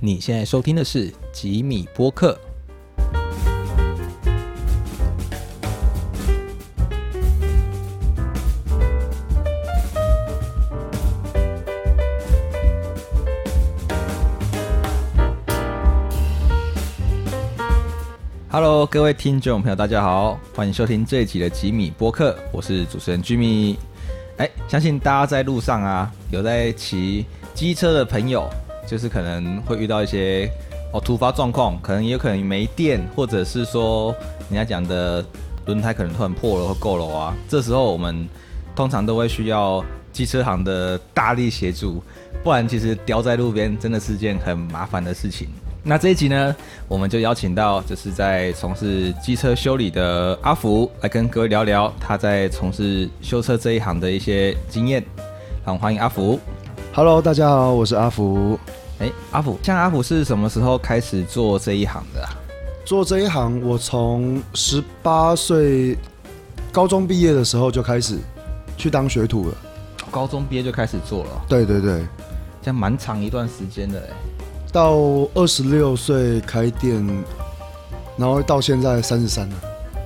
你现在收听的是吉米播客。Hello， 各位听众朋友，大家好，欢迎收听这一集的吉米播客，我是主持人 Jimmy。相信大家在路上啊，有在骑机车的朋友，就是可能会遇到一些突发状况，可能也有可能没电，或者是说人家讲的轮胎可能突然破了或够了啊。这时候我们通常都会需要机车行的大力协助，不然其实掉在路边真的是件很麻烦的事情。那这一集呢，我们就邀请到就是在从事机车修理的阿福来跟各位聊聊他在从事修车这一行的一些经验。让我们欢迎阿福。 Hello， 大家好，我是阿福。 阿福，像阿福是什么时候开始做这一行的啊？ 做这一行，我从18岁高中毕业的时候就开始去当学徒了。 高中毕业就开始做了？ 对对对， 这样蛮长一段时间的到26岁开店，然后到现在33了。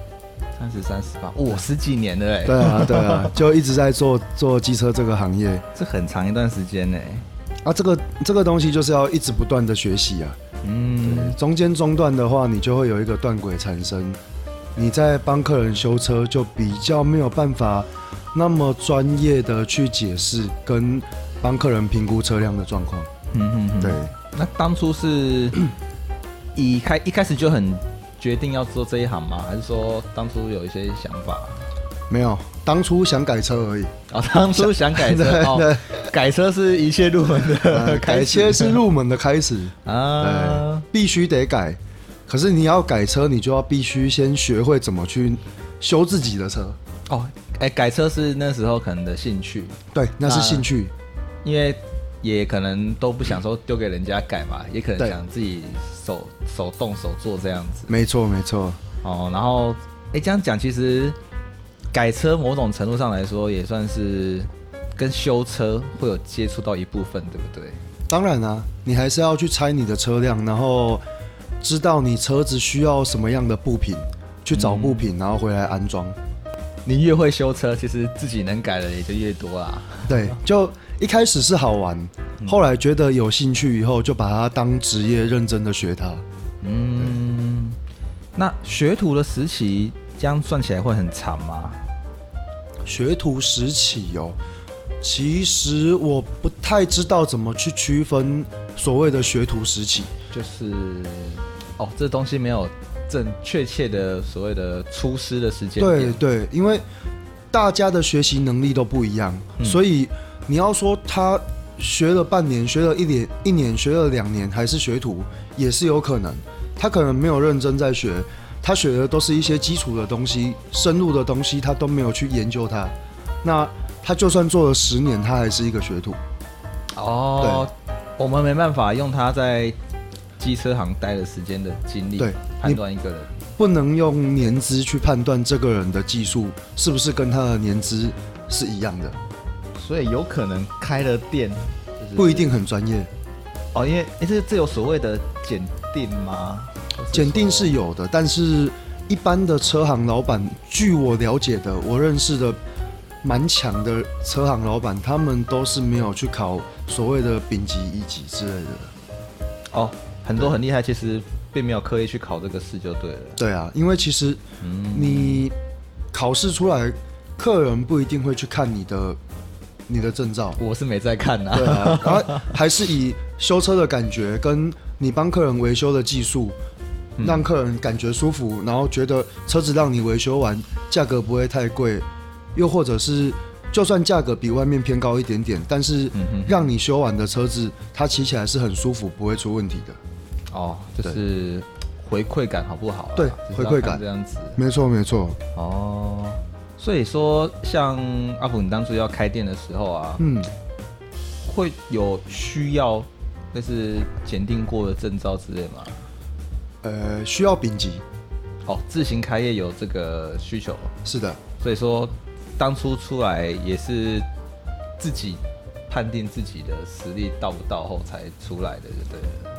33、18，10几年了对啊对啊，就一直在做机车这个行业， 这很长一段时间这个东西就是要一直不断的学习啊。中间中断的话，你就会有一个断轨产生。你在帮客人修车，就比较没有办法那么专业的去解释跟帮客人评估车辆的状况。对。 那当初是一开始就很决定要做这一行吗？还是说当初有一些想法？ 没有，当初想改车而已。 当初想改车，对，改车是一切入门的开始， 改车是入门的开始啊，必须得改。可是你要改车，你就要必须先学会怎么去修自己的车。 改车是那时候可能的兴趣， 对，那是兴趣，因为也可能都不想说丢给人家改嘛，也可能想自己手动手做这样子。 没错没错。 然后这样讲，其实改车某种程度上来说也算是跟修车会有接触到一部分，对不对？ 当然啊，你还是要去拆你的车辆，然后知道你车子需要什么样的部品，去找部品，然后回来安装。 你越会修车，其实自己能改的也就越多啦。 对，就一开始是好玩，后来觉得有兴趣以后，就把它当职业，认真的学它。 那学徒的时期，这样算起来会很长吗？ 学徒时期其实我不太知道怎么去区分所谓的学徒时期， 就是这东西没有确切的所谓的出师的时间点。 对，因为大家的学习能力都不一样，所以你要说他学了半年、学了一年、学了2年还是学徒，也是有可能。他可能没有认真在学，他学的都是一些基础的东西，深入的东西他都没有去研究它。那他就算做了10年，他还是一个学徒。 对，我们没办法用他在机车行待的时间的经历判断一个人， 不能用年资去判断这个人的技术是不是跟他的年资是一样的。 所以有可能开了店， 不一定很专业。 因为这有所谓的检定吗？ 检定是有的，但是一般的车行老板，据我了解的，我认识的蛮强的车行老板，他们都是没有去考所谓的丙级、1级之类的。 很多很厉害，其实并没有刻意去考这个试就对了。 对啊，因为其实你考试出来，客人不一定会去看你的证照。 我是没在看啊。 对啊，然后还是以修车的感觉跟你帮客人维修的技术，让客人感觉舒服，然后觉得车子让你维修完，价格不会太贵，又或者是就算价格比外面偏高一点点，但是让你修完的车子，它骑起来是很舒服，不会出问题的。 就是回馈感好不好？ 对，回馈感这样子。 没错没错。 所以说，像阿普，你当初要开店的时候啊，会有需要类似检定过的证照之类吗？ 需要丙级。 自行开业有这个需求。 是的。 所以说，当初出来也是自己判定自己的实力到不到后才出来的，就对了。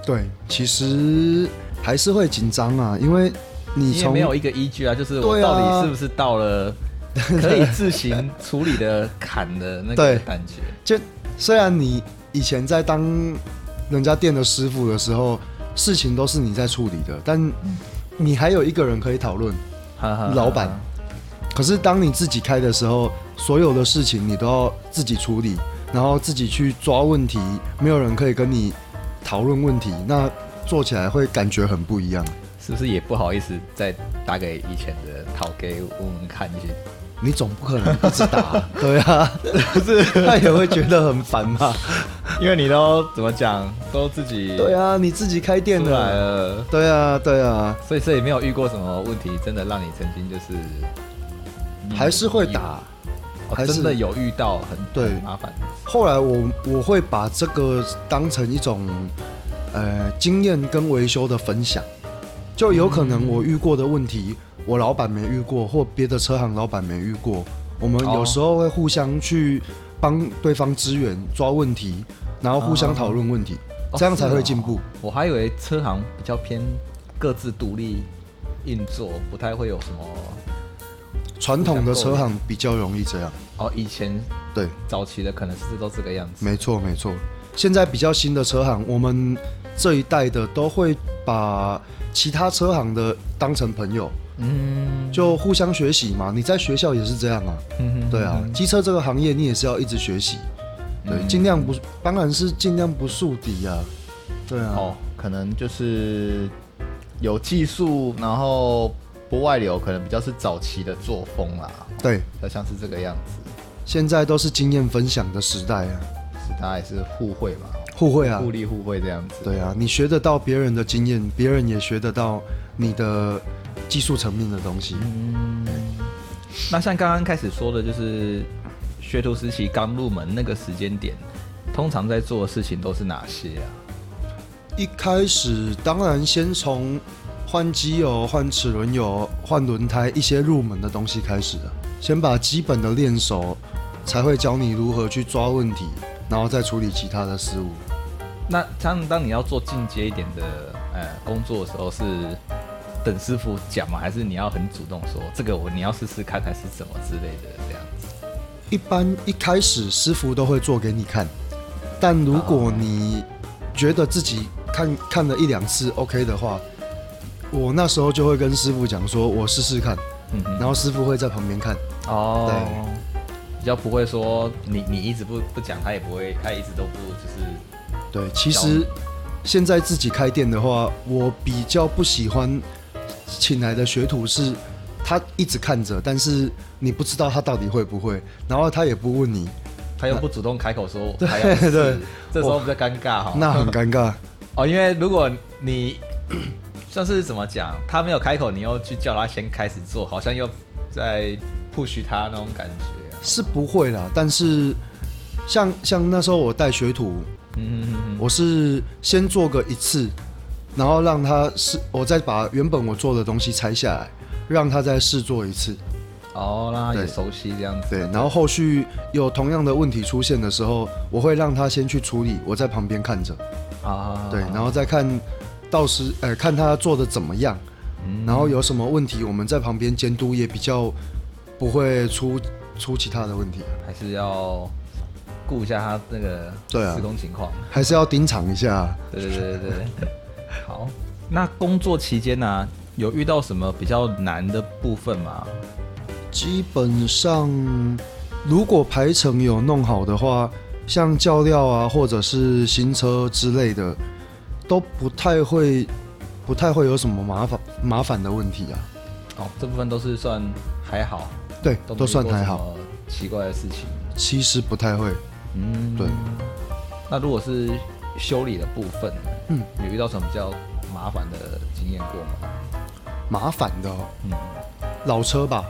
对，其实还是会紧张啊，因为你也没有一个依据啊，就是我到底是不是到了可以自行处理的坎的那个感觉。 就虽然你以前在当人家店的师傅的时候，事情都是你在处理的，但你还有一个人可以讨论，老板。可是当你自己开的时候，所有的事情你都要自己处理，然后自己去抓问题，没有人可以跟你讨论问题，那做起来会感觉很不一样。 是不是也不好意思再打给以前的讨给问问看去？ 你总不可能一直打，对啊，是他也会觉得很烦嘛。 因为你都怎么讲，都自己对啊，你自己开店的来了， 对啊，对啊， 所以没有遇过什么问题，真的让你曾经就是还是会打， 还是真的有遇到很麻烦。 后来我会把这个当成一种经验跟维修的分享。就有可能我遇过的问题，我老板没遇过，或别的车行老板没遇过。我们有时候会互相去帮对方支援抓问题，然后互相讨论问题，这样才会进步。 我还以为车行比较偏各自独立运作，不太会有什么。 传统的车行比较容易这样。 以前对早期的可能是都这个样子。 没错没错。现在比较新的车行，我们这一代的都会把其他车行的当成朋友，就互相学习嘛。你在学校也是这样啊，对啊，机车这个行业你也是要一直学习，对，尽量不，当然是尽量不树敌啊，对啊。 可能就是有技术，然后不外流，可能比较是早期的作风啦， 对， 比较像是这个样子。 现在都是经验分享的时代啊， 大家也是互惠嘛。 互惠啊， 互利互惠这样子。 对啊，你学得到别人的经验，别人也学得到你的技术层面的东西。 那像刚刚开始说的，就是学徒时期刚入门那个时间点，通常在做的事情都是哪些啊？ 一开始当然先从换机油、换齿轮油、换轮胎一些入门的东西开始的，先把基本的练熟，才会教你如何去抓问题，然后再处理其他的事物。 那当你要做进阶一点的工作的时候，是等师傅讲吗？还是你要很主动说这个你要试试看，还是什么之类的这样子？ 一般一开始师傅都会做给你看，但如果你觉得自己看了1-2次 OK 的话，我那时候就会跟师傅讲说，我试试看，然后师傅会在旁边看。 对，比较不会说你一直不讲，他也不会，他一直都不就是对。其实现在自己开店的话，我比较不喜欢请来的学徒是他一直看着，但是你不知道他到底会不会，然后他也不问你， 他又不主动开口说对他要试， 对， 这时候比较尴尬哈。 那很尴尬因为如果你算是怎么讲，他没有开口，你又去叫他先开始做，好像又在 push 他那种感觉。 是不会啦，但是像那时候我带学徒，我是先做个1次，然后让他我再把原本我做的东西拆下来，让他再试做1次。 让他也熟悉这样子。 对，然后后续有同样的问题出现的时候，我会让他先去处理，我在旁边看着。对，然后再看到时看他做的怎么样，然后有什么问题，我们在旁边监督，也比较不会出其他的问题。 还是要顾一下他那个施工情况， 还是要盯场一下。 对。好，那工作期间呢，有遇到什么比较难的部分吗？ 基本上，如果排程有弄好的话，像叫料啊，或者是新车之类的，都不太会有什么麻烦的问题啊。 这部分都是算还好。 对，都算还好。 奇怪的事情其实不太会。对。 那如果是修理的部分，有遇到什么比较麻烦的经验过吗？ 麻烦的老车吧。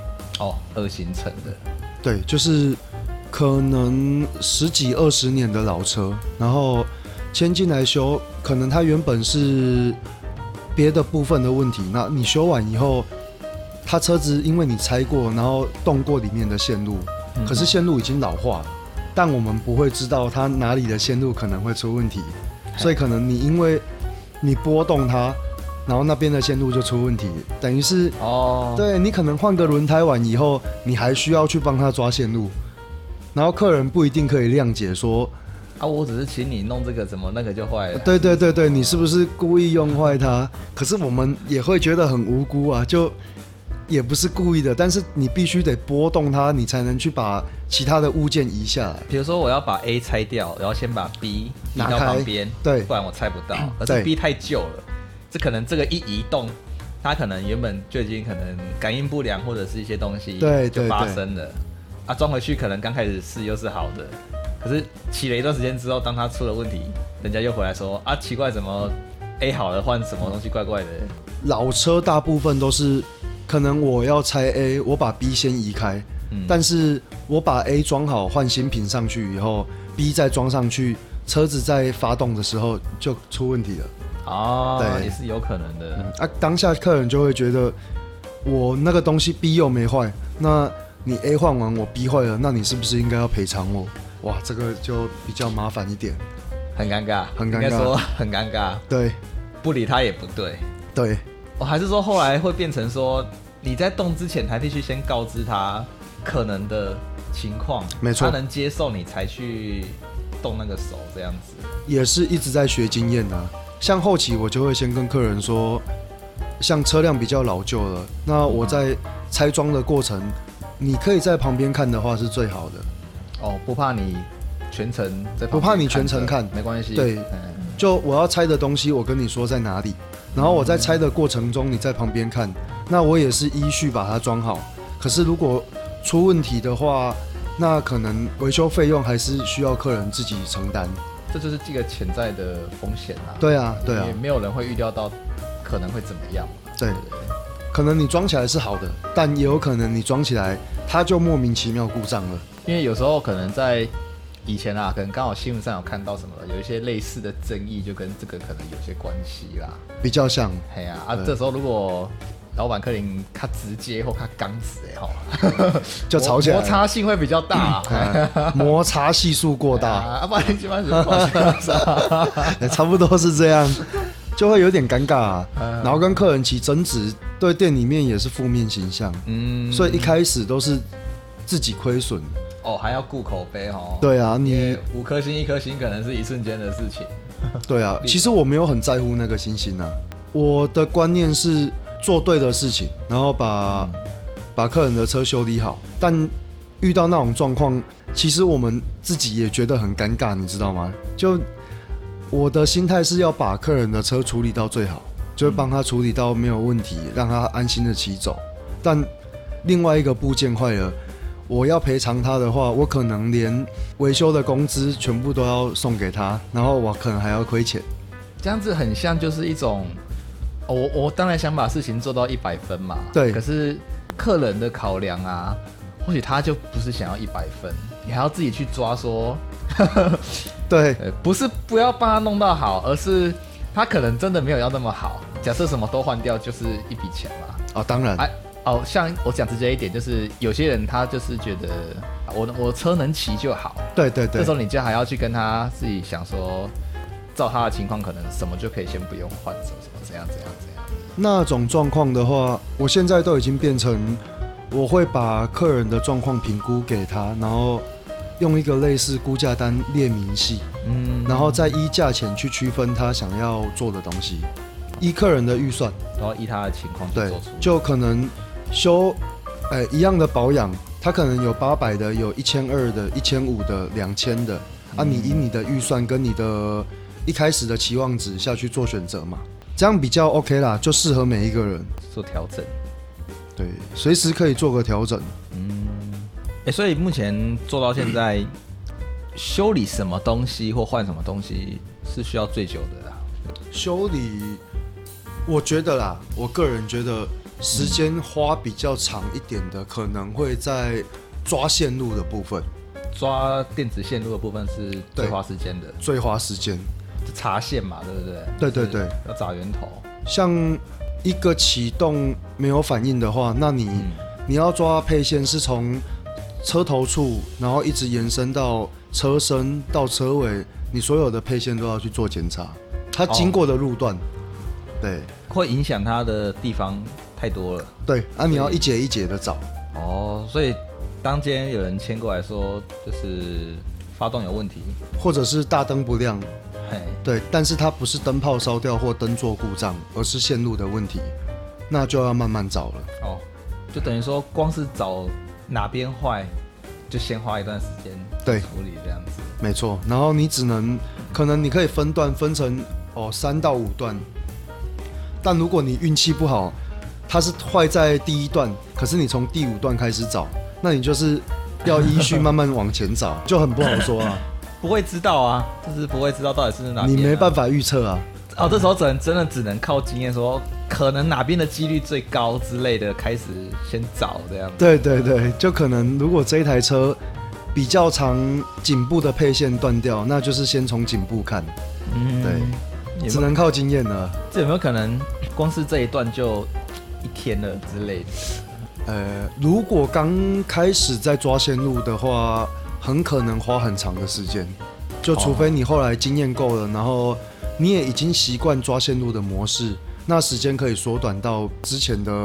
2行程的。 对，就是可能10几20年的老车，然后牵进来修，可能它原本是别的部分的问题，那你修完以后，它车子因为你拆过，然后动过里面的线路，可是线路已经老化了，但我们不会知道它哪里的线路可能会出问题，所以可能你因为你拨动它，然后那边的线路就出问题，等于是对你可能换个轮胎完以后，你还需要去帮他抓线路，然后客人不一定可以谅解说我只是请你弄这个，怎么那个就坏了？ 对对对对，你是不是故意用坏它？可是我们也会觉得很无辜啊，就也不是故意的，但是你必须得拨动它，你才能去把其他的物件移下来。 比如说我要把 A 拆掉，然后先把 B 移到旁边， 对， 不然我拆不到。而是 B 太旧了，这可能这个一移动，它可能原本就已经可能感应不良或者是一些东西就发生了。装回去可能刚开始试又是好的，可是骑了一段时间之后，当它出了问题，人家又回来说奇怪，怎么 A 好了换什么东西怪怪的？ 老车大部分都是可能我要拆 A， 我把 B 先移开，但是我把 A 装好换新品上去以后 ，B 再装上去，车子在发动的时候就出问题了。 对，也是有可能的。 当下客人就会觉得我那个东西 B 又没坏，那你 A 换完我 B 坏了，那你是不是应该要赔偿我？哇，这个就比较麻烦一点， 很尴尬， 很尴尬， 应该说很尴尬。 对， 不理他也不对。 对， 还是说后来会变成说你在动之前还必须先告知他可能的情况， 没错， 他能接受你才去动那个手，这样子也是一直在学经验啊。像后期我就会先跟客人说，像车辆比较老旧了，那我在拆装的过程，你可以在旁边看的话是最好的。 不怕你全程在旁边看， 不怕你全程看， 没关系。 对，就我要拆的东西，我跟你说在哪里，然后我在拆的过程中，你在旁边看，那我也是依序把它装好。可是如果出问题的话，那可能维修费用还是需要客人自己承担。 这就是这个潜在的风险啊。 对啊，对啊， 也没有人会预料到可能会怎么样。 对，可能你装起来是好的，但也有可能你装起来它就莫名其妙故障了。 因为有时候可能在以前可能刚好新闻上有看到什么，有一些类似的争议，就跟这个可能有些关系啦， 比较像。 这时候如果老板客人他直接或他刚直就吵起来， 摩擦性会比较大， 摩擦系数过大， 不然你基本上差不多是这样，就会有点尴尬然后跟客人起争执，对店里面也是负面形象，所以一开始都是自己亏损。 还要顾口碑对啊，你 5颗星1颗星可能是一瞬间的事情。 对啊，其实我没有很在乎那个星星我的观念是做对的事情，然后把客人的车修理好。但遇到那种状况，其实我们自己也觉得很尴尬，你知道吗？就我的心态是要把客人的车处理到最好，就帮他处理到没有问题，让他安心的骑走。但另外一个部件坏了，我要赔偿他的话，我可能连维修的工资全部都要送给他，然后我可能还要亏钱。 这样子很像就是一种，我当然想把事情做到100分嘛， 对。 可是客人的考量或许他就不是想要100分，你还要自己去抓说， 对， 不是不要帮他弄到好，而是他可能真的没有要那么好。假设什么都换掉，就是一笔钱嘛。 当然。 像我讲直接一点，就是有些人他就是觉得我车能骑就好， 对对对， 这时候你就还要去跟他自己想说，照他的情况，可能什么就可以先不用换，什么怎样。 那种状况的话，我现在都已经变成，我会把客人的状况评估给他，然后用一个类似估价单列明细，然后再依价钱去区分他想要做的东西，依客人的预算， 然后依他的情况去做出。 就可能修，一样的保养，他可能有800的，有1200的，1500的，2000的，你以你的预算跟你的一开始的期望值下去做选择嘛，这样比较 OK 啦，就适合每一个人做调整。 对，随时可以做个调整。 所以目前做到现在，修理什么东西或换什么东西是需要最久的啦？ 修理，我觉得啦，我个人觉得时间花比较长一点的，可能会在抓线路的部分。 抓电子线路的部分是最花时间的， 最花时间。 查线嘛，对不对？ 对对对， 要找源头。 像一个启动没有反应的话，那你要抓配线是从车头处，然后一直延伸到车身到车尾，你所有的配线都要去做检查。 它经过的路段，对， 会影响它的地方太多了。 对，你要一节一节的找。 所以当今天有人牵过来说，就是发动有问题， 或者是大灯不亮，对，但是它不是灯泡烧掉或灯座故障，而是线路的问题，那就要慢慢找了。 就等于说光是找哪边坏，就先花一段时间处理这样子。 没错，然后你可能你可以分成3到5段，但如果你运气不好，它是坏在第1段，可是你从第5段开始找，那你就是要依序慢慢往前找，就很不好说啊。 不会知道啊，就是不会知道到底是哪边、 你没办法预测啊。 这时候真的只能靠经验说，可能哪边的几率最高之类的，开始先找这样子。 对对对，就可能如果这一台车比较长颈部的配线断掉，那就是先从颈部看。对，只能靠经验了。 这有没有可能光是这一段就1天了之类的？ 如果刚开始在抓线路的话，很可能花很长的时间，就除非你后来经验够了，然后你也已经习惯抓线路的模式，那时间可以缩短到之前的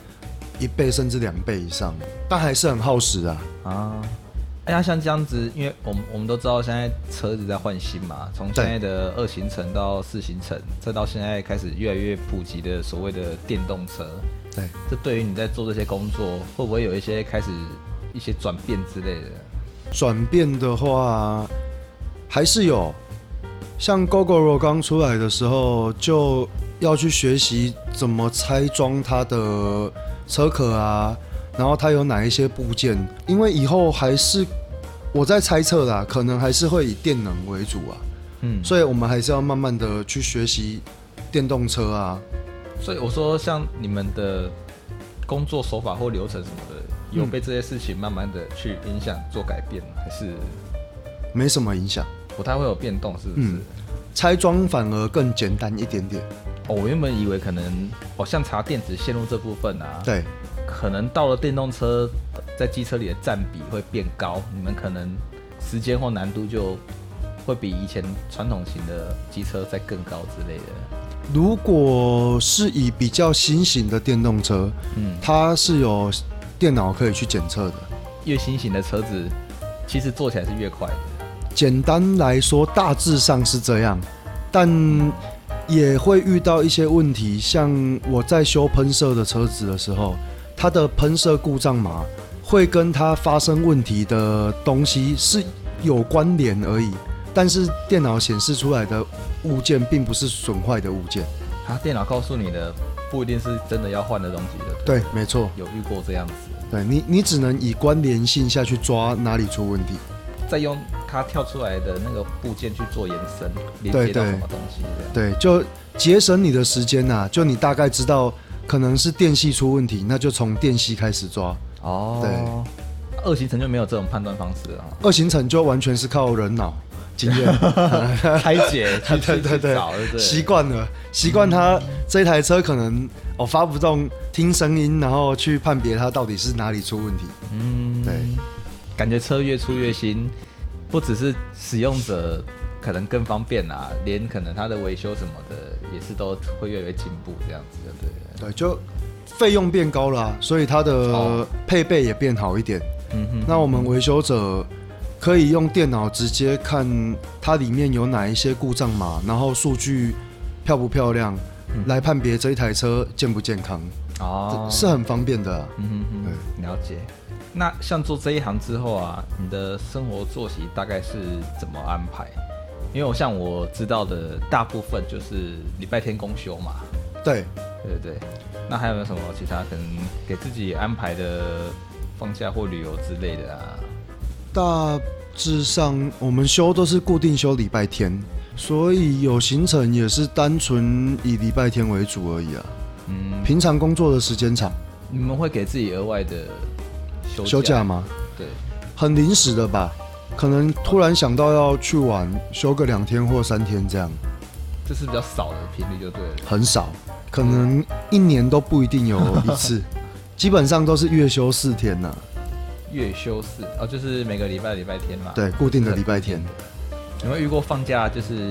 1倍甚至2倍以上，但还是很耗时啊。 像这样子，因为我们都知道现在车子在换新嘛，从现在的2行程到4行程，再到现在开始越来越普及的所谓的电动车。 对， 这对于你在做这些工作，会不会有一些开始一些转变之类的？ 转变的话，还是有。像 Gogoro 刚出来的时候，就要去学习怎么拆装它的车壳啊，然后它有哪一些部件，因为以后还是我在猜测啦，可能还是会以电能为主啊。所以我们还是要慢慢的去学习电动车啊。 所以我说，像你们的工作手法或流程什么的，有被这些事情慢慢的去影响做改变，还是没什么影响？ 不太会有变动，是不是？ 拆装反而更简单一点点。 我原本以为可能像查电子线路这部分啊， 对， 可能到了电动车在机车里的占比会变高，你们可能时间或难度就会比以前传统型的机车再更高之类的。 如果是以比较新型的电动车，它是有电脑可以去检测的。 越新型的车子，其实做起来是越快的。 简单来说，大致上是这样，但也会遇到一些问题。像我在修喷射的车子的时候，它的喷射故障码会跟它发生问题的东西是有关联而已，但是电脑显示出来的物件并不是损坏的物件。 电脑告诉你的不一定是真的要换的东西的。 对，没错， 有遇过这样子。 对，你只能以关联性下去抓哪里出问题， 再用它跳出来的那个部件去做延伸，连接到什么东西这样。 对，就节省你的时间啊，就你大概知道可能是电系出问题，那就从电系开始抓。 对，2行程就没有这种判断方式啊。 2行程就完全是靠人脑经验拆解去找， 习惯了，习惯它这台车可能发不动，听声音，然后去判别它到底是哪里出问题。对， 感觉车越出越新，不只是使用者可能更方便啊，连可能它的维修什么的也是都会越来越进步，这样子就对了。 对，就费用变高了所以它的配备也变好一点。那我们维修者可以用电脑直接看它里面有哪一些故障码，然后数据漂不漂亮，来判别这一台车健不健康。是很方便的。 对，了解。那像做这一行之后啊，你的生活作息大概是怎么安排？因为像我知道的，大部分就是礼拜天公休嘛。 对。 那还有没有什么其他可能给自己安排的放假或旅游之类的啊？ 大致上我们休都是固定休礼拜天，所以有行程也是单纯以礼拜天为主而已啊。平常工作的时间长。 你们会给自己额外的休假吗？ 对， 很临时的吧，可能突然想到要去玩，休个2天或3天这样。 这是比较少的频率就对了。 很少，可能1年都不一定有一次，基本上都是月休4天呐。 月休4，就是每个礼拜天嘛。 对，固定的礼拜天。 有没有遇过放假就是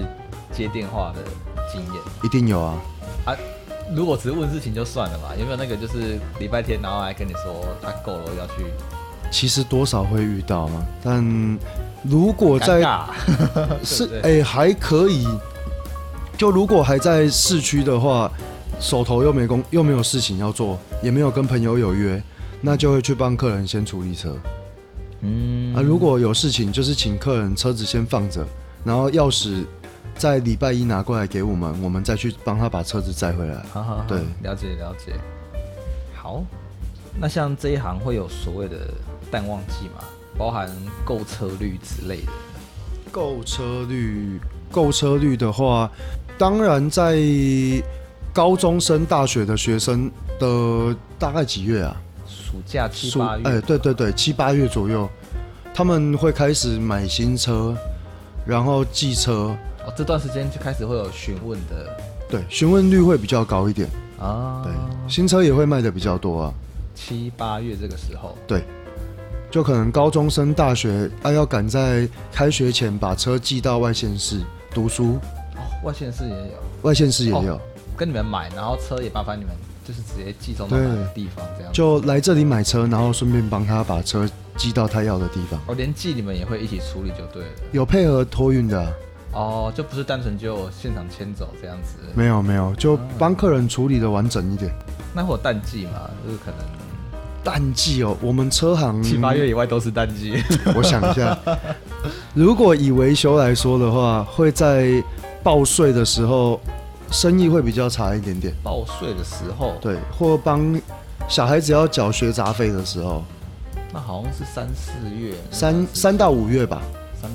接电话的经验？ 一定有啊。 如果只是问事情就算了嘛，有没有那个就是礼拜天然后还跟你说够了要去？ 其实多少会遇到啊，但如果在是还可以，就如果还在市区的话，手头又没有事情要做，也没有跟朋友有约，那就会去帮客人先处理车。如果有事情，就是请客人车子先放着，然后钥匙在礼拜一拿过来给我们，我们再去帮他把车子载回来。 好，对，了解。好，那像这一行会有所谓的淡旺季吗？包含购车率之类的。 购车率的话，当然在高中生、大学的学生的大概几月啊？ 暑假7、8月。 对，7、8月左右，他们会开始买新车，然后寄车。 这段时间就开始会有询问的。 对，询问率会比较高一点啊。 对，新车也会卖的比较多啊。 7、8月这个时候。对。 就可能高中生、大学要赶在开学前把车寄到外县市读书。 外县市也有。 外县市也有。 跟你们买，然后车也麻烦你们就是直接寄送到哪个地方这样。 就来这里买车，然后顺便帮他把车寄到他要的地方。 连寄你们也会一起处理就对了。 有配合托运的。 就不是单纯就现场牵走这样子。 没有，就帮客人处理的完整一点。 那会有淡季吗？就是可能。 淡季我们车行 7、8月以外都是淡季。 我想一下，如果以维修来说的话，会在报税的时候，生意会比较差一点点。 报税的时候， 对，或帮小孩子要缴学杂费的时候， 那好像是3、4月 ，3到5月吧。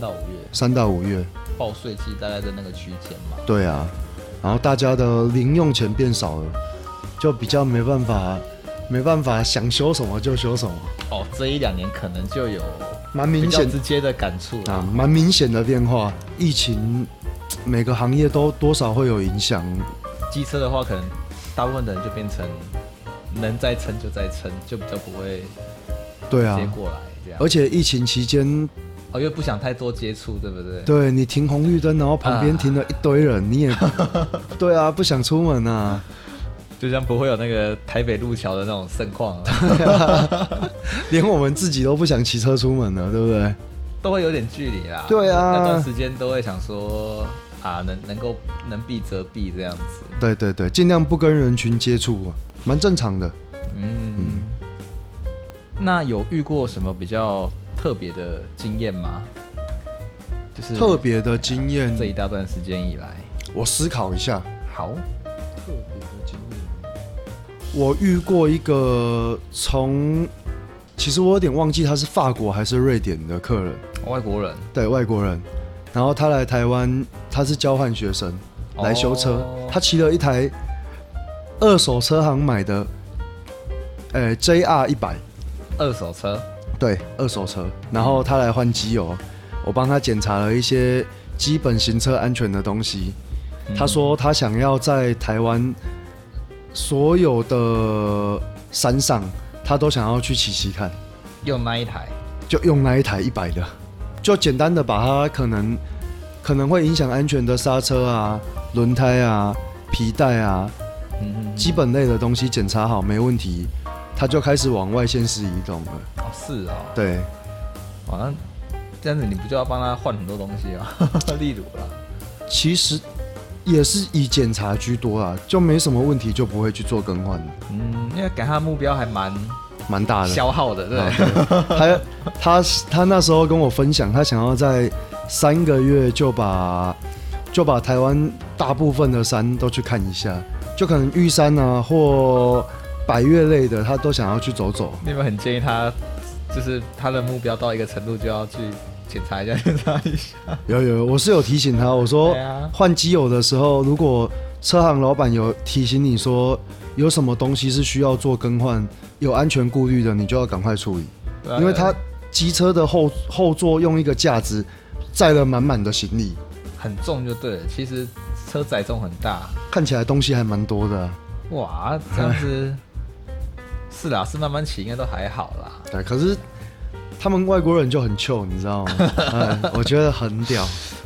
3到5月， 报税季大概在那个区间嘛。 对啊，然后大家的零用钱变少了，就比较没办法想修什么就修什么。 这1、2年可能就有蛮明显直接的感触啊，蛮明显的变化。疫情每个行业都多少会有影响。 机车的话，可能大部分的人就变成能再撑就再撑，就比较不会直接过来这样。 而且疫情期间， 因为不想太多接触，对不对？ 对，你停红绿灯，然后旁边停了一堆人，你也对啊，不想出门啊。 就像不会有那个台北路桥的那种盛况连我们自己都不想骑车出门了，对不对？ 都会有点距离啦。 对啊， 那段时间都会想说能避则避这样子。 对，尽量不跟人群接触，蛮正常的。 那有遇过什么比较特别的经验吗？就是特别的经验， 这一大段时间以来， 我思考一下。 好， 特别的经验。我遇过一个其实我有点忘记他是法国还是瑞典的客人， 外国人， 对，外国人。然后他来台湾，他是交换学生来修车，他骑了一台二手车行买的JR100， 二手车， 对，二手车。然后他来换机油，我帮他检查了一些基本行车安全的东西。他说他想要在台湾所有的山上，他都想要去骑看。 用那一台？ 就用那一台100的，就简单的把它可能会影响安全的刹车啊、轮胎啊、皮带啊，基本类的东西检查好没问题，他就开始往外县市移动了。 是哦。 对。 那这样子你不就要帮他换很多东西吗？例如啦。 其实也是以检查居多啦，就没什么问题就不会去做更换。 因为给他的目标还蛮大的， 消耗的，对。 他那时候跟我分享，他想要在3个月就把台湾大部分的山都去看一下，就可能玉山啊或百岳类的，他都想要去走走。 你们很建议他，就是他的目标到一个程度就要去检查一下。 有，我是有提醒他，我说换机油的时候，如果车行老板有提醒你说有什么东西是需要做更换，有安全顾虑的，你就要赶快处理，因为他机车的后座用一个架子载了满满的行李， 很重就对了。其实车载重很大， 看起来东西还蛮多的。 哇，这样子是啦，是慢慢骑应该都还好啦。 对，可是他们外国人就很糗，你知道吗？我觉得很屌。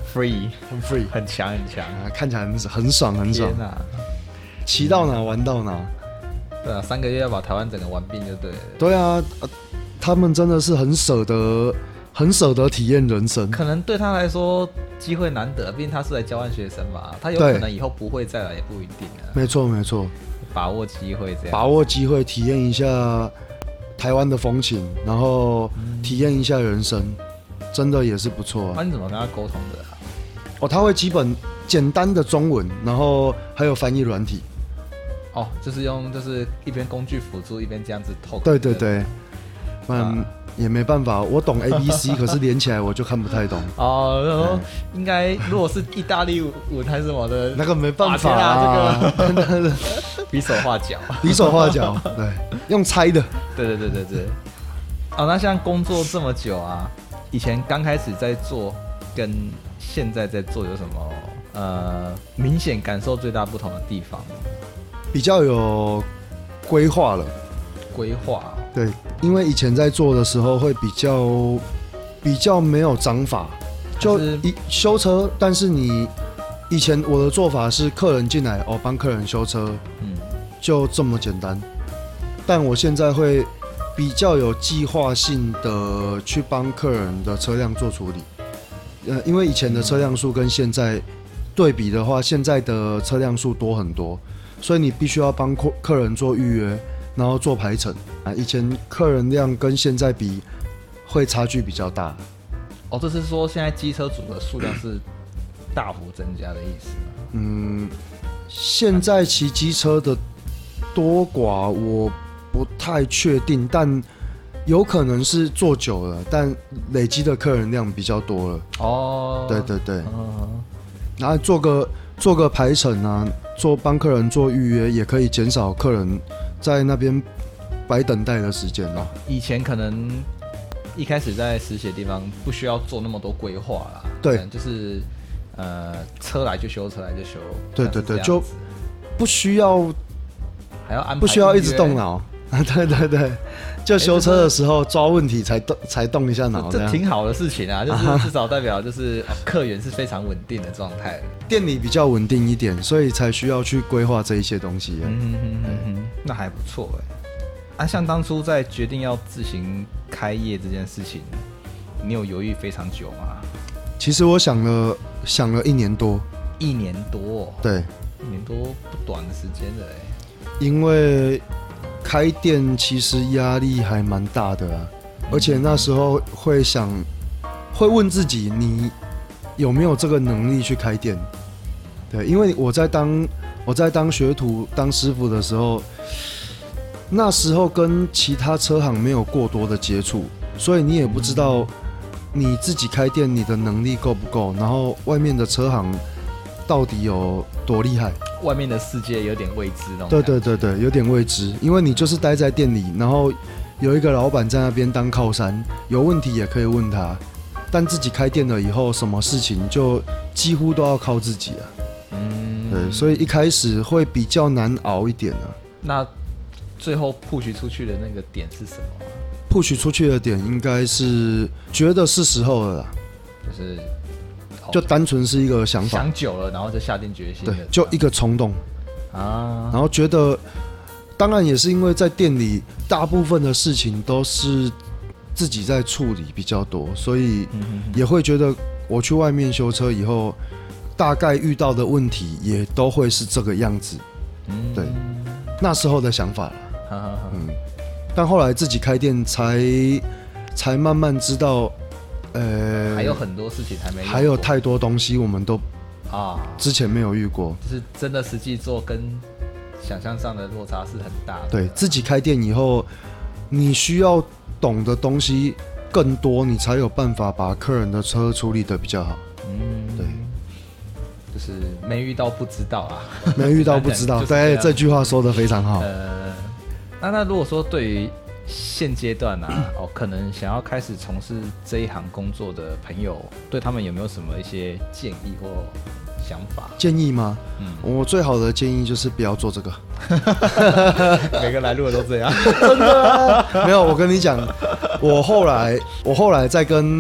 free， 很 free， 很强很强， 看起来很爽很爽。 天哪， 骑到哪玩到哪。 对啊，3个月要把台湾整个玩遍就对了。 对啊，他们真的是很舍得体验人生。 可能对他来说机会难得，毕竟他是来交换学生嘛，他有可能以后不会再来，也不一定啊。 没错没错， 把握机会这样。 把握机会体验一下台湾的风情，然后体验一下人生，真的也是不错啊。 那你怎么跟他沟通的啊？ 哦，他会基本简单的中文，然后还有翻译软体。 哦，就是一边工具辅助一边这样子透。 对对对，也没办法，我懂 ABC， 可是连起来我就看不太懂。 哦，应该如果是意大利文还是什么的， 那个没办法啊，这个比手画脚， 比手画脚，对，用猜的。 对。哦，那像工作这么久啊，以前刚开始在做跟现在在做有什么明显感受最大不同的地方？ 比较有规划了。 规划。 对，因为以前在做的时候会比较没有章法，就修车，但是你以前我的做法是客人进来帮客人修车，就这么简单。但我现在会比较有计划性的去帮客人的车辆做处理，因为以前的车辆数跟现在对比的话，现在的车辆数多很多，所以你必须要帮客人做预约，然后做排程啊。以前客人量跟现在比会差距比较大。 哦，这是说现在机车组的数量是大幅增加的意思吗？ 现在骑机车的多寡我不太确定，但有可能是做久了，但累积的客人量比较多了。哦，对，然后做个排程啊，帮客人做预约，也可以减少客人在那边白等待的时间哦。 以前可能一开始在实习的地方不需要做那么多规划啦， 对， 就是车来就修，车来就修， 对，就不需要还要安排， 不需要一直动脑。对，就修车的时候抓问题才动一下脑， 这挺好的事情啊，就是至少代表就是客源是非常稳定的状态， 店里比较稳定一点，所以才需要去规划这一些东西。 那还不错哎。像当初在决定要自行开业这件事情，你有犹豫非常久吗？ 其实我想了1年多。 1年多？ 对 ，1年多不短的时间了哎。 因为开店其实压力还蛮大的啊，而且那时候会问自己，你有没有这个能力去开店？对，因为我在当学徒、当师傅的时候，那时候跟其他车行没有过多的接触，所以你也不知道你自己开店你的能力够不够，然后外面的车行到底有多厉害。 外面的世界有点未知那种。 对，有点未知，因为你就是待在店里，然后有一个老板在那边当靠山，有问题也可以问他。但自己开店了以后，什么事情就几乎都要靠自己啊。对，所以一开始会比较难熬一点啊。 那最后 push 出去的那个点是什么 ？push 出去的点应该是觉得是时候了啦，就单纯是一个想法， 想久了，然后就下定决心。 对，就一个冲动啊。 然后觉得，当然也是因为在店里大部分的事情都是自己在处理比较多，所以也会觉得我去外面修车以后，大概遇到的问题也都会是这个样子。对，那时候的想法啦。但后来自己开店才慢慢知道。 还有很多事情还没有， 还有太多东西我们都之前没有遇过， 就是真的实际做跟想象上的落差是很大的。 对，自己开店以后，你需要懂的东西更多，你才有办法把客人的车处理得比较好。对， 就是没遇到不知道啊， 没遇到不知道。对，这句话说得非常好。 那如果说对于现阶段啊，可能想要开始从事这一行工作的朋友，对他们有没有什么一些建议或想法？ 建议吗？我最好的建议就是不要做这个。 每个来路的都这样。 真的啊？没有，我跟你讲，我后来在跟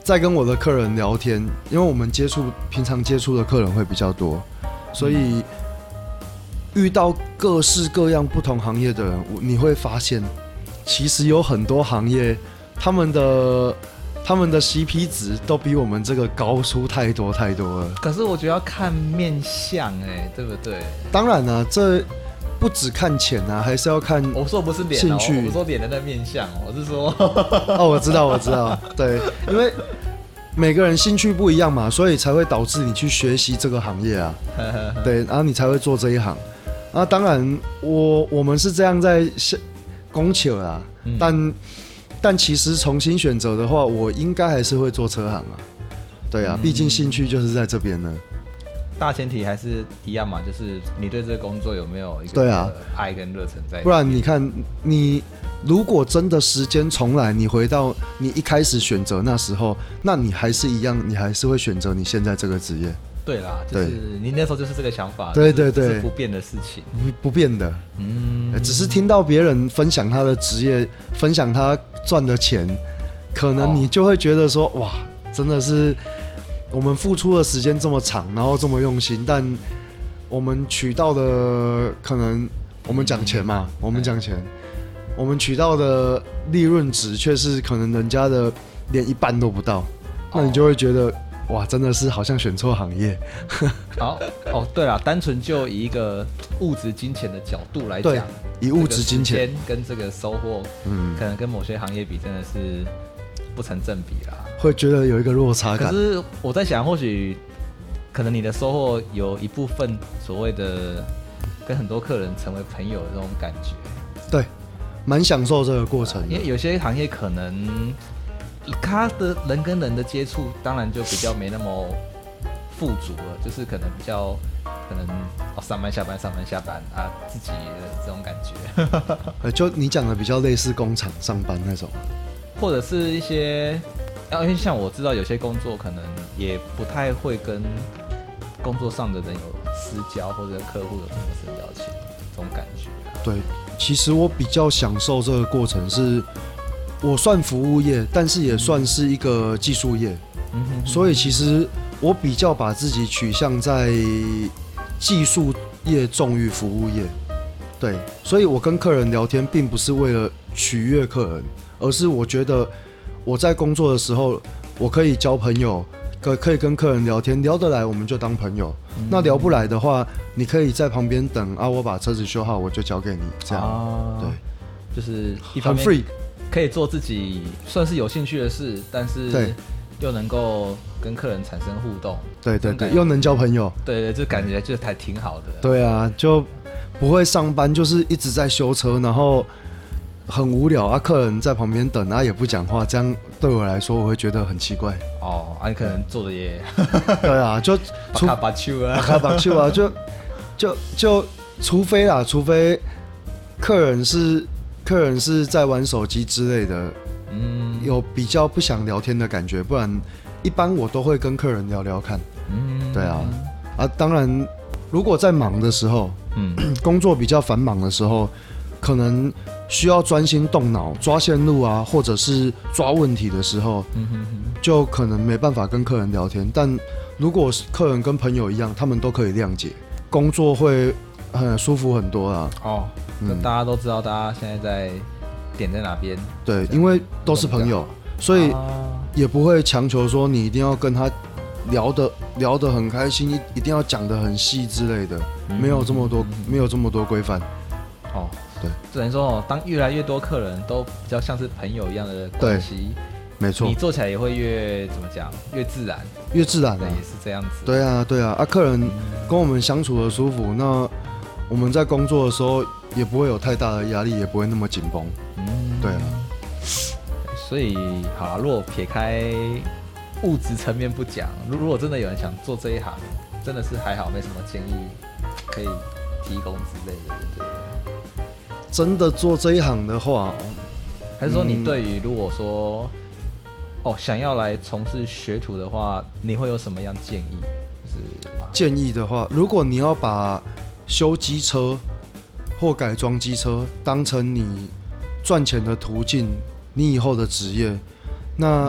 在跟我的客人聊天，因为我们平常接触的客人会比较多，所以遇到各式各样不同行业的人，你会发现，其实有很多行业他们的 CP 值都比我们这个高出太多太多了。 可是我觉得要看面相对不对？ 当然了，这不只看钱啊，还是要看。 我说不是脸兴趣， 我说脸的那面相，我是说。 哦，我知道，对，因为每个人兴趣不一样嘛，所以才会导致你去学习这个行业啊。对，然后你才会做这一行。啊，当然，我们是这样在攻求啊，但其实重新选择的话，我应该还是会做车行啊。对啊，毕竟兴趣就是在这边呢。 大前提还是一样嘛，就是你对这个工作有没有一个爱跟热忱在？ 不然你看，你如果真的时间重来，你回到你一开始选择那时候，那你还是一样，你还是会选择你现在这个职业。 对啦，就是你那时候就是这个想法， 对， 这是不变的事情， 不变的。只是听到别人分享他的职业，分享他赚的钱，可能你就会觉得说，哇，真的是。我们付出的时间这么长，然后这么用心，但我们取到的可能，我们讲钱嘛，我们们取到的利润值却是可能人家的连一半都不到，那你就会觉得哇，真的是好像选错行业。 对啦，单纯就以一个物质金钱的角度来讲， 以物质金钱跟这个收获，可能跟某些行业比真的是不成正比啦。 会觉得有一个落差感。 可是我在想，或许可能你的收获有一部分所谓的跟很多客人成为朋友的这种感觉。 对，蛮享受这个过程。 因为有些行业可能他的人跟人的接触，当然就比较没那么富足了，就是可能比较上班下班啊，自己的这种感觉。 就你讲的比较类似工厂上班那种， 或者是一些。因为像我知道有些工作可能也不太会跟工作上的人有私交，或者跟客户有什么深交情，这种感觉。 对，其实我比较享受这个过程是，我算服务业，但是也算是一个技术业，所以其实我比较把自己取向在技术业重于服务业。对，所以我跟客人聊天并不是为了取悦客人，而是我觉得。我在工作的时候，我可以交朋友，可以跟客人聊天，聊得来我们就当朋友。那聊不来的话，你可以在旁边等啊，我把车子修好，我就交给你，这样。对， 就是一方面很 free， 可以做自己算是有兴趣的事，但是又能够跟客人产生互动。 对，又能交朋友。 对，这感觉就还挺好的。 对啊，就不会上班就是一直在修车，然后。很无聊啊，客人在旁边等啊，也不讲话，这样对我来说，我会觉得很奇怪。 你可能做的也对啊，就把手啊， 就除非客人是在玩手机之类的，有比较不想聊天的感觉，不然一般我都会跟客人聊聊看。对啊，当然，如果在忙的时候，工作比较繁忙的时候。可能需要专心动脑抓线路啊，或者是抓问题的时候，就可能没办法跟客人聊天。但如果客人跟朋友一样，他们都可以谅解，工作会很舒服很多啊。 大家都知道大家现在在点在哪边。 对，因为都是朋友，所以也不会强求说你一定要跟他聊得很开心，一定要讲得很细之类的，没有这么多规范。对， 只能说当越来越多客人都比较像是朋友一样的关系， 没错， 你做起来也会越怎么讲，越自然， 越自然， 对，也是这样子。 对啊，客人跟我们相处的舒服，那我们在工作的时候也不会有太大的压力，也不会那么紧绷。对啊， 所以好啦，如果撇开物质层面不讲，如果真的有人想做这一行，真的是还好，没什么建议可以提供之类的，对。 真的做这一行的话， 还是说你对于如果说想要来从事学徒的话，你会有什么样建议？ 建议的话，如果你要把修机车或改装机车当成你赚钱的途径，你以后的职业，那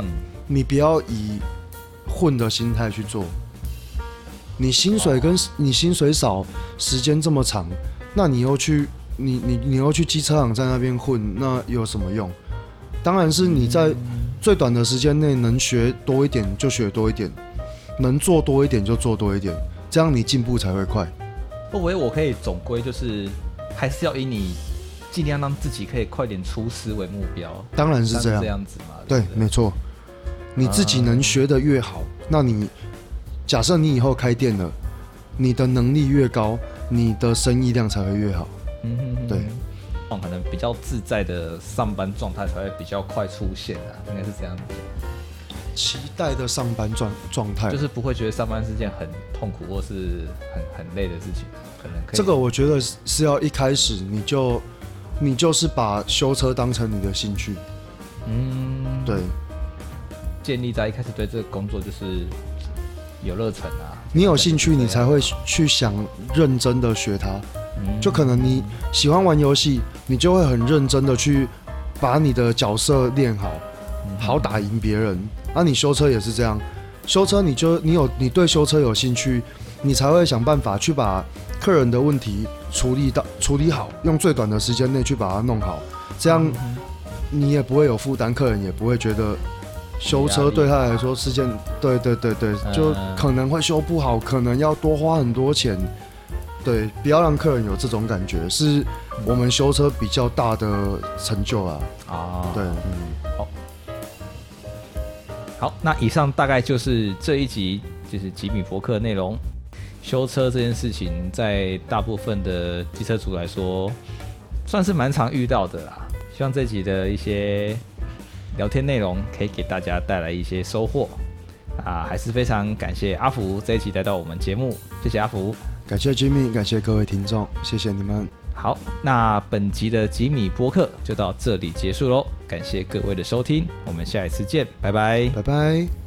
你不要以混的心态去做。你薪水跟你薪水少，时间这么长，那你又去机车行在那边混，那有什么用？当然是你在最短的时间内能学多一点就学多一点，能做多一点就做多一点，这样你进步才会快。 会不会我可以总归就是还是要以你尽量让自己可以快点出师为目标？ 当然是这样， 这样子嘛？ 对，没错。你自己能学得越好，那你假设你以后开店了，你的能力越高，你的生意量才会越好。对。 可能比较自在的上班状态才会比较快出现啊，应该是这样子。 期待的上班状态， 就是不会觉得上班是件很痛苦或是很累的事情，可能可以。 这个我觉得是要一开始你就是把修车当成你的兴趣，对， 建立在一开始对这个工作就是有热忱啊。 你有兴趣，你才会去想认真的学它。就可能你喜欢玩游戏，你就会很认真的去把你的角色练好，好打赢别人。那你修车也是这样，修车你对修车有兴趣，你才会想办法去把客人的问题处理好，用最短的时间内去把它弄好，这样你也不会有负担，客人也不会觉得修车对他来说是件对，就可能会修不好，可能要多花很多钱。对，不要让客人有这种感觉，是我们修车比较大的成就啊。对， 好，那以上大概就是这一集就是吉米伯克的内容。修车这件事情，在大部分的机车族来说，算是蛮常遇到的啦。希望这集的一些聊天内容可以给大家带来一些收获还是非常感谢阿福这一集来到我们节目，谢谢阿福。 感谢 Jimmy， 感谢各位听众，谢谢你们。 好，那本集的吉米播客就到这里结束喽，感谢各位的收听，我们下一次见，拜拜， 拜拜。